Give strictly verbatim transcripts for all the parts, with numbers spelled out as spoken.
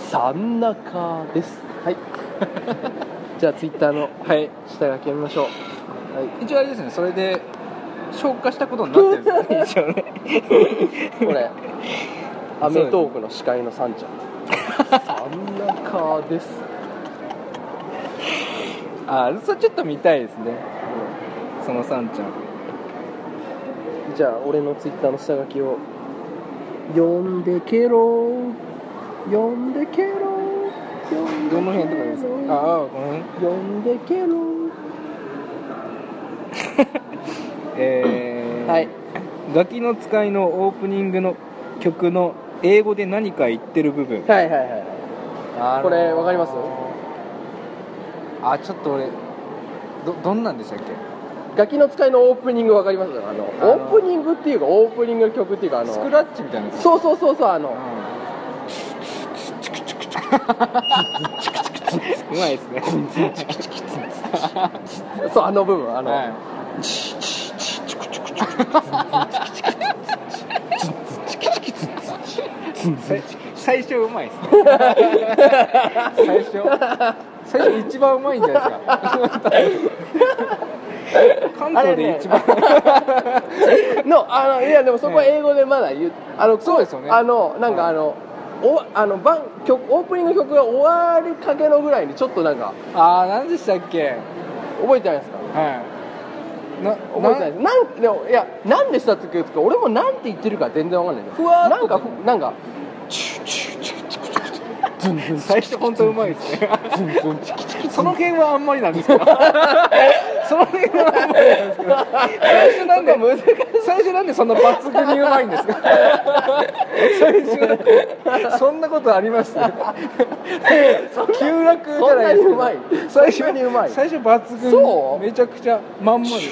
さんなかですはいじゃあツイッターの下書き読みましょう、はい、 一応あれですね、それで消化したことになってるんですよねこれアメトークの司会のさんちゃんさんなかですあ、それちょっと見たいですね、うん、そのさんちゃん。 じゃあ俺のツイッターの下書きを読んでけろ読んでけろどの辺とかですか。ああ、この辺読んでけろえー、 はい。 ガキの使いのオープニングの曲の英語で何か言ってる部分。 はいはいはい、あのー、これわかります？ あ、ちょっと俺 ど, どんなんでしたっけ。 ガキの使いのオープニングわかります？あの、あのー、オープニングっていうかオープニングの曲っていうかあのスクラッチみたいな。 そうそうそうそうあの、うん、 うまいですねそうあの部分あの、はい、 最初うまいですね最初最初一番うまいんじゃないですか関東で一番のあのいやでもそこは英語でまだ言う、あのそうですよね、 あのなんかあの、おあのバン曲オープニング曲が終わりかけのぐらいにちょっとなんかああ何でしたっけ覚えてないですか。 はいな覚えてないです。なんでもいやなんでしたって言うか俺もなんて言ってるか全然わかんないです。 ふわなんかなんか最初本当うまいですねその辺はあんまりなんですけどその辺はあんまりなんですけど最初なんで最初なんでそんな抜群にうまいんですか最初そんなことあります急落じゃないですか。最初にうまい最初抜群そうめちゃくちゃまんまで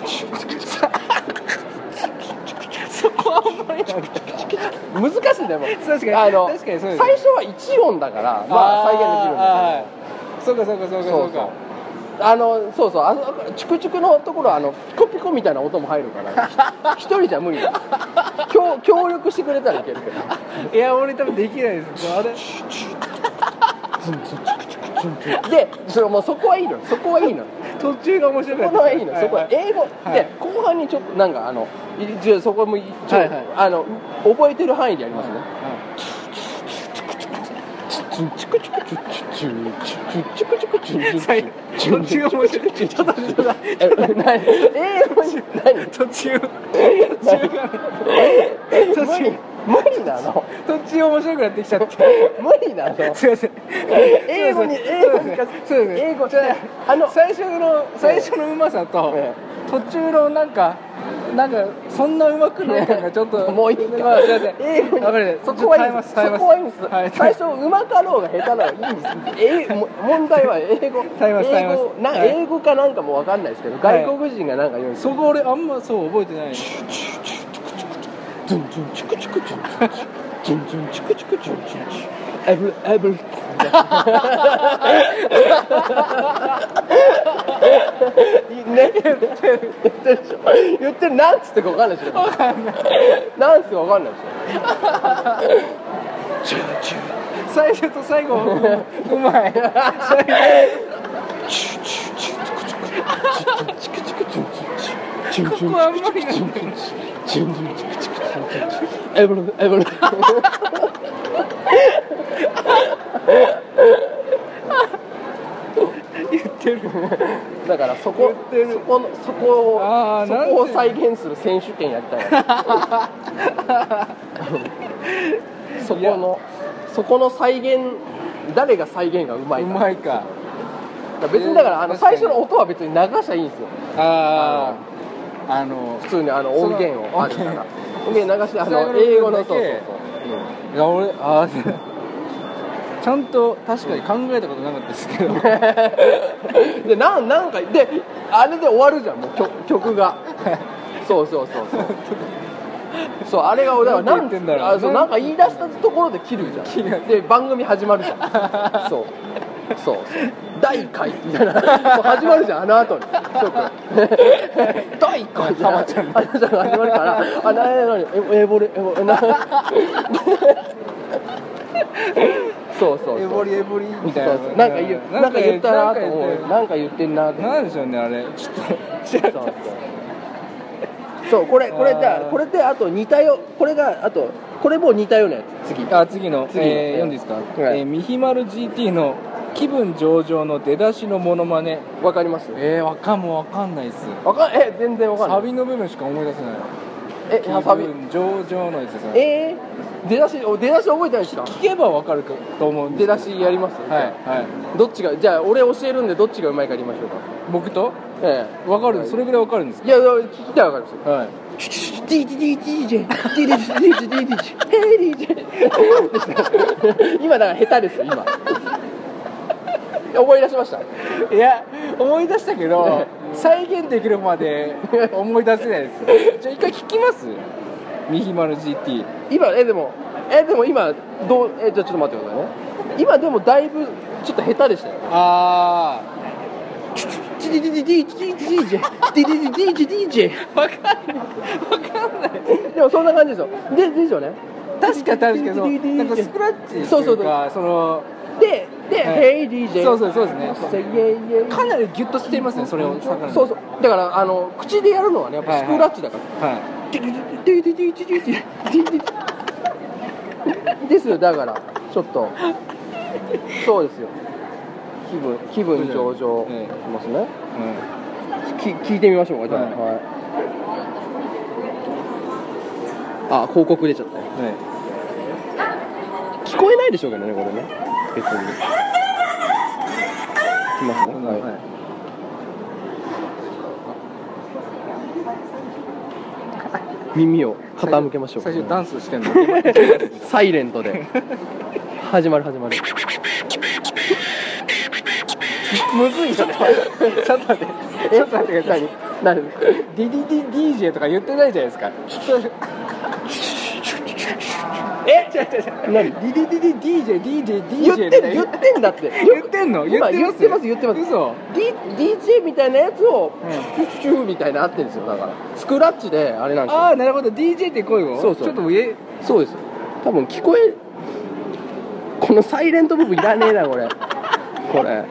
そこはあんまりなんだ難しいでも確かにあの確かにそうです最初はいち音だからまあ再現できるんですけど、そうかそうかそうかそうかあのそうそうあのチュクチュクのところあのピコピコみたいな音も入るから一人じゃ無理だ協, 協力してくれたらいけるけどいや俺多分できないですあれでそれもうそこはいいのそこはいいの途中が面白かったそこはいいの、はいはい、そこは英語、はい、で後半にちょっとなんかあのじゃそこもちょ、はいはい、あの覚えてる範囲でやりますね、はいはいチュチュクチュクチュチュチュチュチュクチュクチュチュチュ途中面白いちょっとちょっとえ何英語に何途中途中が途中無理なの途中面白くなってきちゃって無理なのすいません英語に英語にそうです英語じゃあの最初の最初のうまさと途中のなんかなんかそんなうまくない感がちょっともういいか、まあ、すいません英語にそこはいいですそこはいいんです、はい、最初うまかろうが下手ならいいんですえ問題は英語英語な、はい、英語かなんかも分かんないですけど、はい、外国人がなんか言うんですそこ俺あんまそう覚えてないチュチュチュチュチュチュチュチュチュチュチュチュチュチュチュチュチュチュチュエブエブね言ってる言ってるでしょ言ってるなんつってか分かんないでしょ分かんないなんつってか分かんないでしょ最初と最後うまいここあんまりなんだエブルエブル言ってるだからそこそこのそこをそこを再現する選手権やりたいそこのそこの再現誰が再現がうまいかうまいか別にだからあの最初の音は別に流しゃいいんですよあああの普通にあの音源をあるから音源流してあの英語のそうそうそう、うん、 いや俺あちゃんと確かに考えたことなかったですけどでななんかであれで終わるじゃんもう 曲, 曲がそうそうそうそうそうあれが俺はなんて言うんだろうあそうなんか言い出したところで切るじゃんで番組始まるじゃんそうそうそうだいいっかいみたいなもう始まるじゃんあの後にだいいっかい浜ちゃんが始まるからあなになにエボレエボレなそうそうそうエボリエボリみたいな。 そうそうなんか言うなんか言ったなと思うなんか言ってんなと思うなんでしょうねあれちょっと知らない。 そうこれこれでこれであと似たよこれがあとこれも似たようなやつ次あ次の次のえー、読んでいいですか、 はいえー、ミヒマル ジーティー の気分上々の出だしのモノマネ。 わかりますえー、わかんもうわかんないっす。 わかんえ全然わかんないサビの部分しか思い出せない。 え気サビ分上々のやつですね。 えー、出だしお出だし覚えてないですか聞けばわかるかと思うんです出だしやりますはいはい。 どっちがじゃあ俺教えるんでどっちがうまいか言いましょうか僕とえわかるそれぐらいわかるんですえいやいや聞きたいわかりますよはい。 ディーディディディージェディディディディディディディディヘイディージェ今だから下手ですよ今思い出しましたいや思い出したけど再現できるまで思い出せないですじゃあ一回聞きますミヒマル ジーティー。 今えでもえでも今どうえじゃあちょっと待ってくださいね今でもだいぶちょっと下手でしたよあディディディディディディディディジェディディディディディディジェあわかんないわかんないでもそんな感じですよでですよね確か確かそうなんかスクラッチっていうかそうそうそうそのでで、 はいヘイディージェそうそうそうですねセイエイエイかなりギュッとしていますねそれをそうそうだからあの口でやるのはねやっぱスクラッチだから、 はいディディディディディディディディディディですよだからちょっとそうですよ気分気分上々 ええしますね、 うんき聞いてみましょうかじゃあ、 はいはいあ広告出ちゃったよはい聞こえないでしょうけどねこれね別にきますね、はいはい耳を傾けましょうか最初ダンスしてんのサイレントで始まる始まるむずいよねちょっと待ってちょっと待ってください何何ディディディディージェーとか言ってないじゃないですかえ違う違う違う何ディディディディディージェーディージェーディージェー言ってん言ってんだって言ってんの今言ってます言ってます嘘 D- ディージェー みたいなやつをうんシュッシュッみたいなあってんですよだからスクラッチであれなんですよああなるほど ディージェー って声をそうそうちょっと上そうです多分聞こえこのサイレント部分いらねえなこれこれ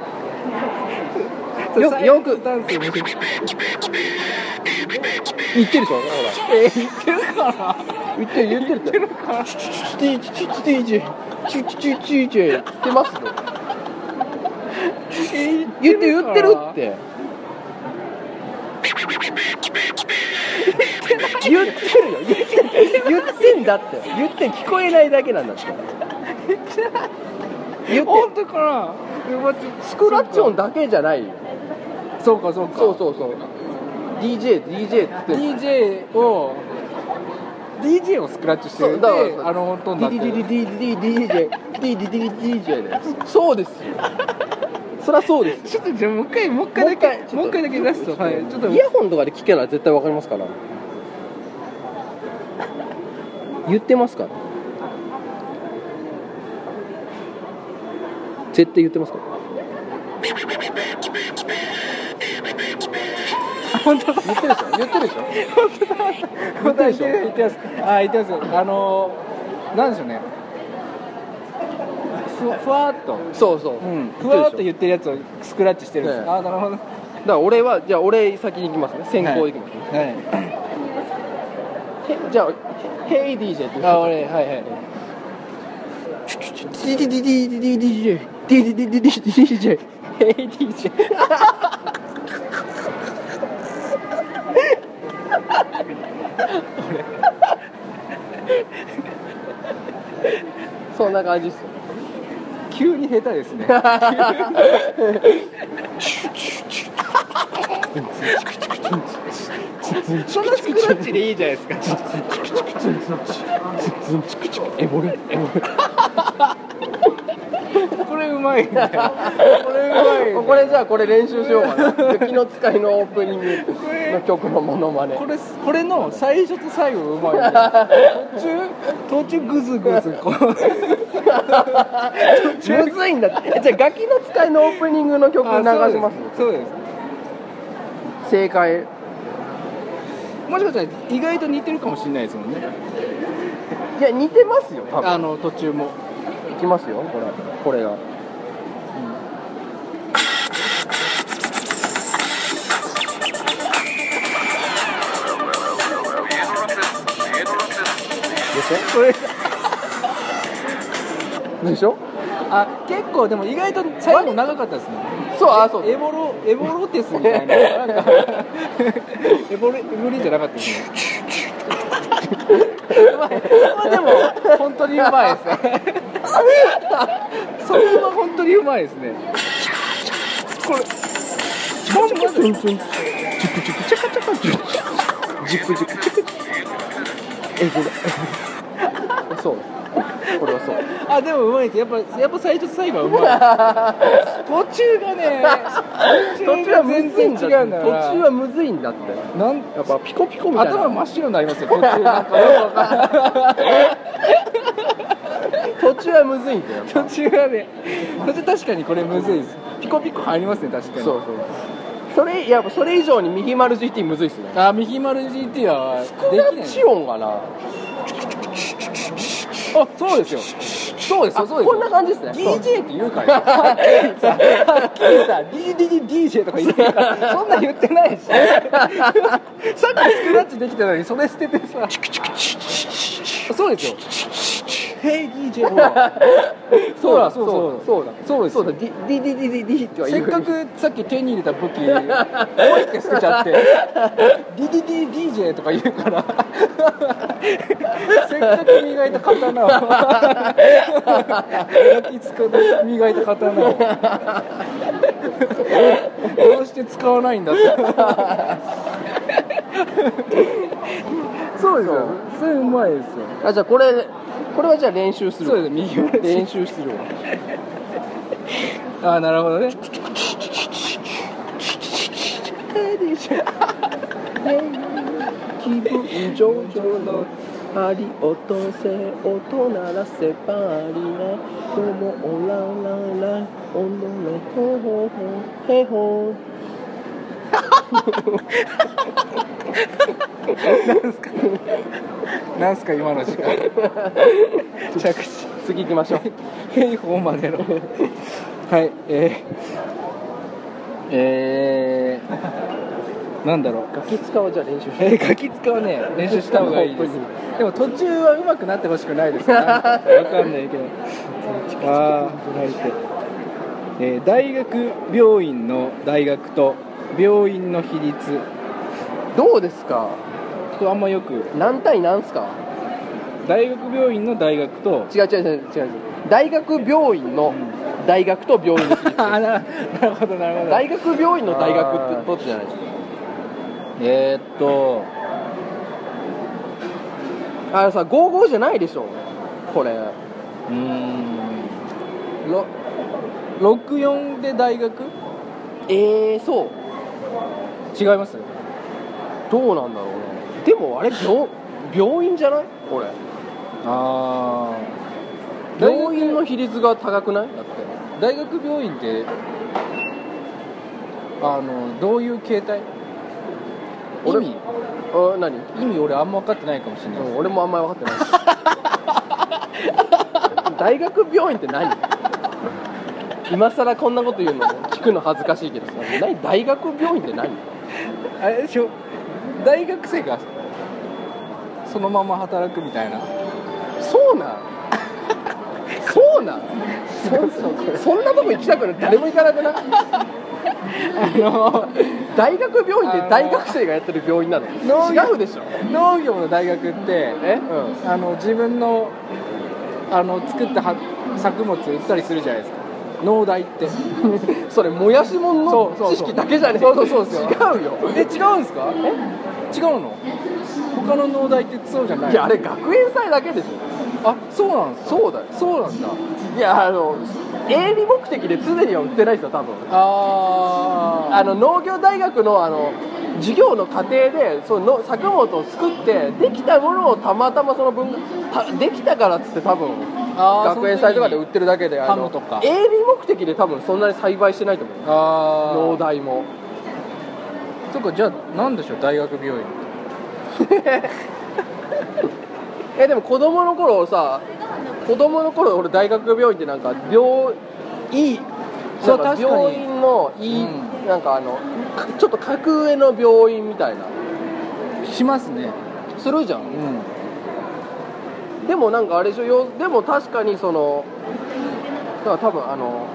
よくよくダンス面白い言ってるでしょほらえ言ってるかな言ってる言ってるって言ってるかなチュチュチュチュチュチュチュチュチュチュ言ってますよえ言って言ってるって言ってるよ言って言ってんだって言って聞こえないだけなんだって言って本当かなスクラッチ音だけじゃないよそうかそうかそうそうそう ディージェー ディージェー って言ってディージェー を ディージェー をスクラッチしてるんでそうだからあの音になってるディディディディディディディディディディディディディジェーですそうですよそりゃそうですちょっとじゃあもう一回もう一回だけもう一回もう一回だけラストはいちょっとイヤホンとかで聞けたら絶対わかりますから言ってますから絶対言ってますから本当だ言ってるでしょ言ってるでしょ本当だ言ってるでしょ言ってますあ言ってますあのー、なんでしょうねふふわっとそうそう、 うんふわっと言ってるやつをスクラッチしてるんです、 ねあなるほどだから俺はじゃあ俺先に行きますね先行で行きますね、 はいへじゃあ「ヘイディージェー」って言うあ俺はいはいディディディディディディディジェディディディディディディジェヘイディージェそんな感じっすよ急に下手ですねそんなスクラッチでいいじゃないですかエボルエボルこれうまいねこれうまいねこれじゃあこれ練習しようかなガキの使いのオープニングの曲のモノマネこれこれの最初と最後うまいね途中途中グズグズこうむずいんだってじゃあガキの使いのオープニングの曲流しますそうです正解もしかしたら意外と似てるかもしれないですもんねいや似てますよ多分あの途中もいきますよ、これこれが、うん、でしょこれでしょ。 あ、結構でも意外と最後長かったですね。 そう、あ、そう、 エボロエボロテスみたいな、なんかエボレエボレじゃなかったですね。うまい、でも本当にうまいですね。それは本当にうまいですね。これチュンチュンチュンチュンチュンチュクチュクチャカチャカチュンジクジクチュクチュクえ、これそう、これはそう。 あ、でもうまいです。やっぱやっぱ最初と最後はうまい。途中がね、 途中は全然違うんだ。途から中はむずいんだって。 なんやっぱピコピコみたいな。 頭真っ白になりますよ。途中なんかよくわかんない。 途中はむずいんだよ。 途中はね、途中確かにこれむずいです。ピコピコ入りますね、確かに。 そうそう。それやっぱそれ以上に右丸 ジーティー むずいですね。 あ、右丸 ジーティー はスクラッチ音がな。 あ、そうですよ。そうですよ、そうですよ。 こんな感じですね。 ディージェー って言うからよ。はっきりさ、はっきりさ、ディーディーディージェー とか言ってるから、そんな言ってないし。さっきスクラッチできたのに、それ捨ててさ。そうですよ。ヘイ ディージェー。そうだ、そうそうそうだ、そうです。 そうだ、ディディディディディディっては言う。 せっかくさっき手に入れた武器、もう一回捨てちゃって、ディディディディージェー とか言うから、せっかく磨いた刀を、ガキ使って磨いた刀を、どうして使わないんだって。そうですよ。それうまいですよ。 あ、じゃあこれこれはじゃあ練習する。 そうです、右は練習するわ。 あ、なるほどね。 気分上々の針落とせ音鳴らせパリラどうもオラララオンドレホホホヘホなんすかなんすか今の時間。着地、 次行きましょう。 ヘイホーまでの。はい、えー、えー、なんだろう。 ガキ使はじゃあ練習して。 えー、ガキ使はね、練習した方がいいです。でも途中は上手くなってほしくないです。なんかわかんないけど。あー、泣いて。えー、大学病院の大学と病院の比率。 どうですか。 これあんまよく。 何対何すか。 大学病院の大学と。 違う違う違う違う。大学病院の大学と病院の比率。 あ、なるほどなるほど。 大学病院の大学ってどっちじゃないですか。 えー、っとあのさ、ごじゅうごじゃないでしょこれ。 うーん、ろくじゅうよんで大学。 えー、そう違います。 どうなんだろうね。でもあれ 病, 病院じゃないこれ。 あー、病院の比率が高くない。だって大学病院ってあのどういう形態。意味あ、何意味俺あんま分かってないかもしれない、 うん、俺もあんまり分かってない大学病院って何。今更こんなこと言うの聞くの恥ずかしいけどさ、何大学病院って何。 あれでしょ、大学生がそのまま働くみたいな。 そうなんそうなんそ, そ, そんなとこ行きたくない。誰も行かなくない。あの大学病院って大学生がやってる病院なの。違うでしょ。 農業の大学ってえ、 うん、あの自分のあの作ったは作物売ったりするじゃないですか、農大ってそれもやしもんの知識だけじゃねえ。 そうそうそうそう、 違うよ。 え、違うんですか。え、違うの。他の農大ってそうじゃない。 いや、あれ学園祭だけでしょ。 あ、そうなんですか。 そうだよ。 そうなんだ。 いや、あの営利目的で常には売ってないですよ多分。 ああの農業大学のあの授業の過程でその作物を作ってできたものをたまたまその分たできたからっつって多分学園祭とかで売ってるだけで、 ハムとか営利目的で多分そんなに栽培してないと思う。 あ農大も。 そっか、じゃあなんでしょう大学病院えでも子供の頃さ子供の頃俺大学病院ってなんか病いいそうなんか確かに病院のいい、 うん、 なんかあのちょっと格上の病院みたいなしますね。 するじゃん、 うん、 でもなんかあれでしょよでも確かにそのだから多分あの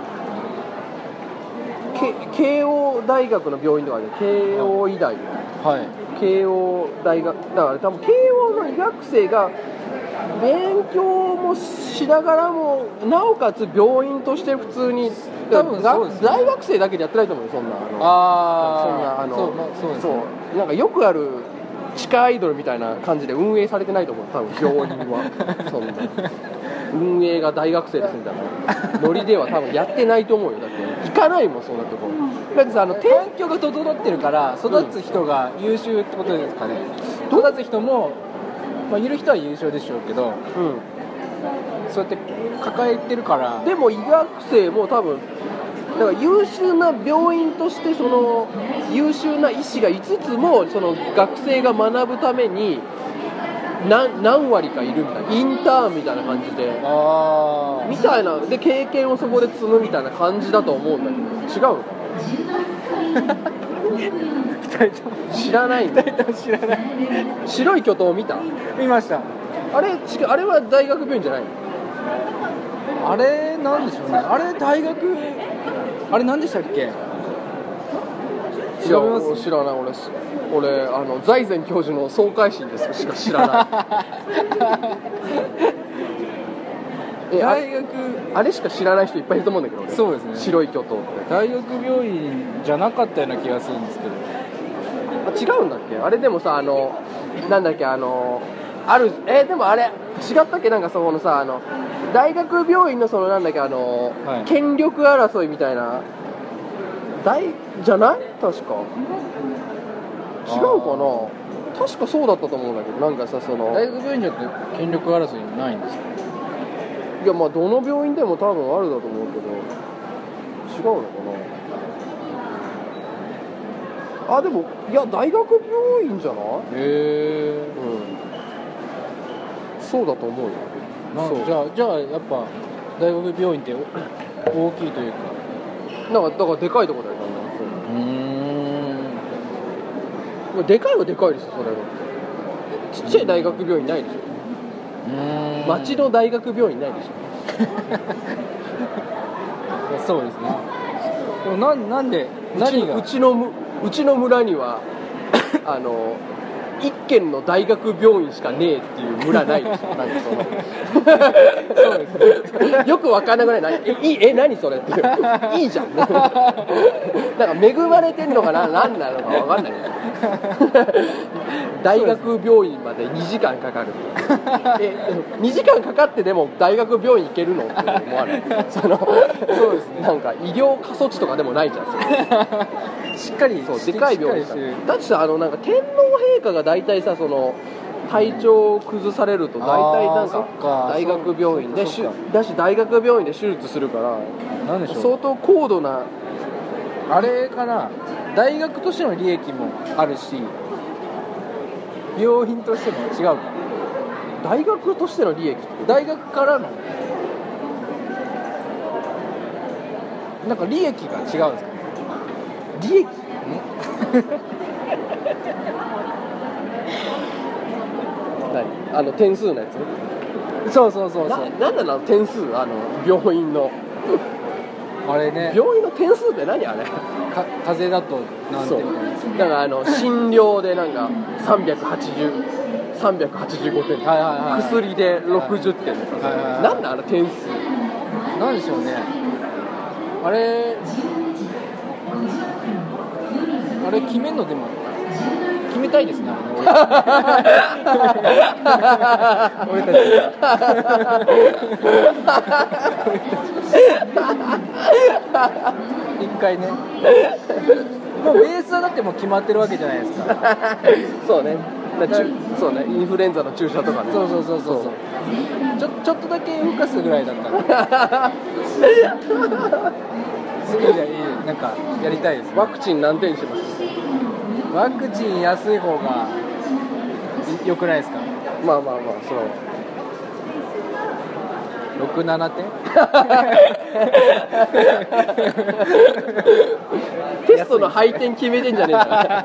け慶応大学の病院とかで慶応医大、 はい、 慶応大学だから多分慶応の医学生が勉強もしながらもなおかつ病院として普通に多分そうですね、 大学生だけでやってないと思うよそんなあのあそんなあのそう、まあ、そうですね、 そうなんかよくある地下アイドルみたいな感じで運営されてないと思う多分病院はそんな運営が大学生ですみたいなノリでは多分やってないと思うよだって行かないもんそんなとこだってさあの環境が整ってるから育つ人が優秀ってことですかね、うん、育つ人も、まあ、いる人は優秀でしょうけど、うん、そうやって抱えてるからでも医学生も多分だから優秀な病院としてその優秀な医師がいつつもその学生が学ぶために 何, 何割かいるみたいなインターンみたいな感じであみたいなで経験をそこで積むみたいな感じだと思うんだけど違うの知らないんだ知らない白い巨塔見た見ました。 あれあれは大学病院じゃないのあれなんでしょうねあれ大学あれ何でしたっけ調べます知らない俺俺あの財前教授の総会心ですしか知らないえ大学あれしか知らない人いっぱいいると思うんだけど俺そうですね白い巨塔って大学病院じゃなかったような気がするんですけどあ違うんだっけあれでもさあのなんだっけあのあるえでもあれ違ったっけなんかそこのさあの大学病院のそのなんだっけあの、はい、権力争いみたいな大じゃない確か違うかな確かそうだったと思うんだけどなんかさその大学病院によって権力争いないんですかいやまあどの病院でも多分あるだと思うけど違うのかなあでもいや大学病院じゃないへえうんそうだと思うよなんじゃあじゃあやっぱ大学病院って大きいというかなんかだからでかいとこだようーんでかいはでかいですよそれはちっちゃい大学病院ないでしょうーん町の大学病院ないでしょそうですねでもななんで何がうちのうちの村にはあの一軒の大学病院しかねえっていう村ないでしょなんかそのそうですねよくわかんなくないえいえ何それっていういいじゃんなんか恵まれてんのかな何なのかわかんない大学病院までにじかんかかるえにじかんかかってでも大学病院行けるのって思わないそのそうですねなんか医療過疎地とかでもないじゃんそれしっかりそうでかい病院だってさあのなんか天皇陛下が大体さその体調を崩されると大体なんか大学病院でしだし大学病院で手術するからなんでしょう相当高度なあれかな大学としての利益もあるし病院としても違うか大学としての利益大学からのなんか利益が違うんですか利益何あの点数のやつそうそうそうそうななんなの点数あの病院のあれね病院の点数って何あれか風邪だとなんていうのだからあの診療でなんかさんびゃくはちじゅう さんびゃくはちじゅうごてん、はいはいはい、薬でろくじゅってんとか、はいはいはい、なんだあの点数なんでしょうねあれあれ決めんのでも決めたいですね俺たち一回ねもうベースはだってもう決まってるわけじゃないですかそうねそうねインフルエンザの注射とかねそうそうそうそうそうちょ、ちょっとだけ動かすぐらいだったらすぐじゃいいなんかやりたいです、ね、 ワクチン何点にしますワクチン安い方が良くないですかまあまあまあそのろく、ななてんテストの配点決めてんじゃねえかな。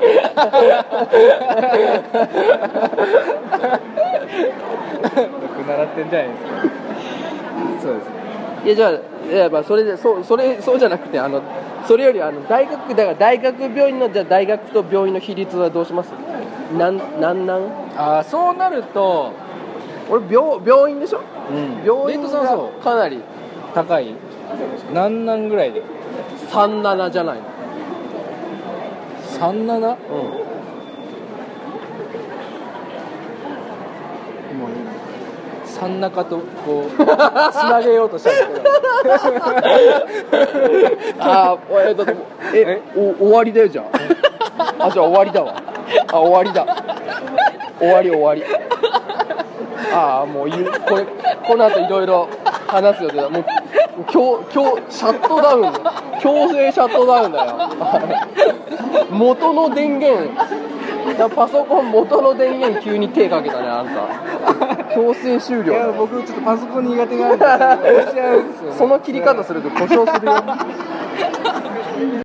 ろく、ななてんじゃないですか。そうですね。 いやじゃあいやまあそれでそうそれそうじゃなくてあのそれよりあの大学だから大学病院のじゃあ大学と病院の比率はどうします？なんなんなん？ ああそうなると俺 病, 病院でしょ、 うん、 病院がかなり高い何なんぐらいでさんじゅうななじゃないのさんじゅうなな？ うん三中とこうつなげようとしたんですけどああえだってえお終わりだよじゃああじゃあ終わりだわあ終わりだ終わり終わりああもうこれこの後いろいろ話すよってもう今日今日シャットダウン強制シャットダウンだよ元の電源パソコン元の電源急に手かけたねあんた強制終了。 いや僕ちょっとパソコン苦手なんで押しちゃうんですよ、ね、 その切り方すると故障するよ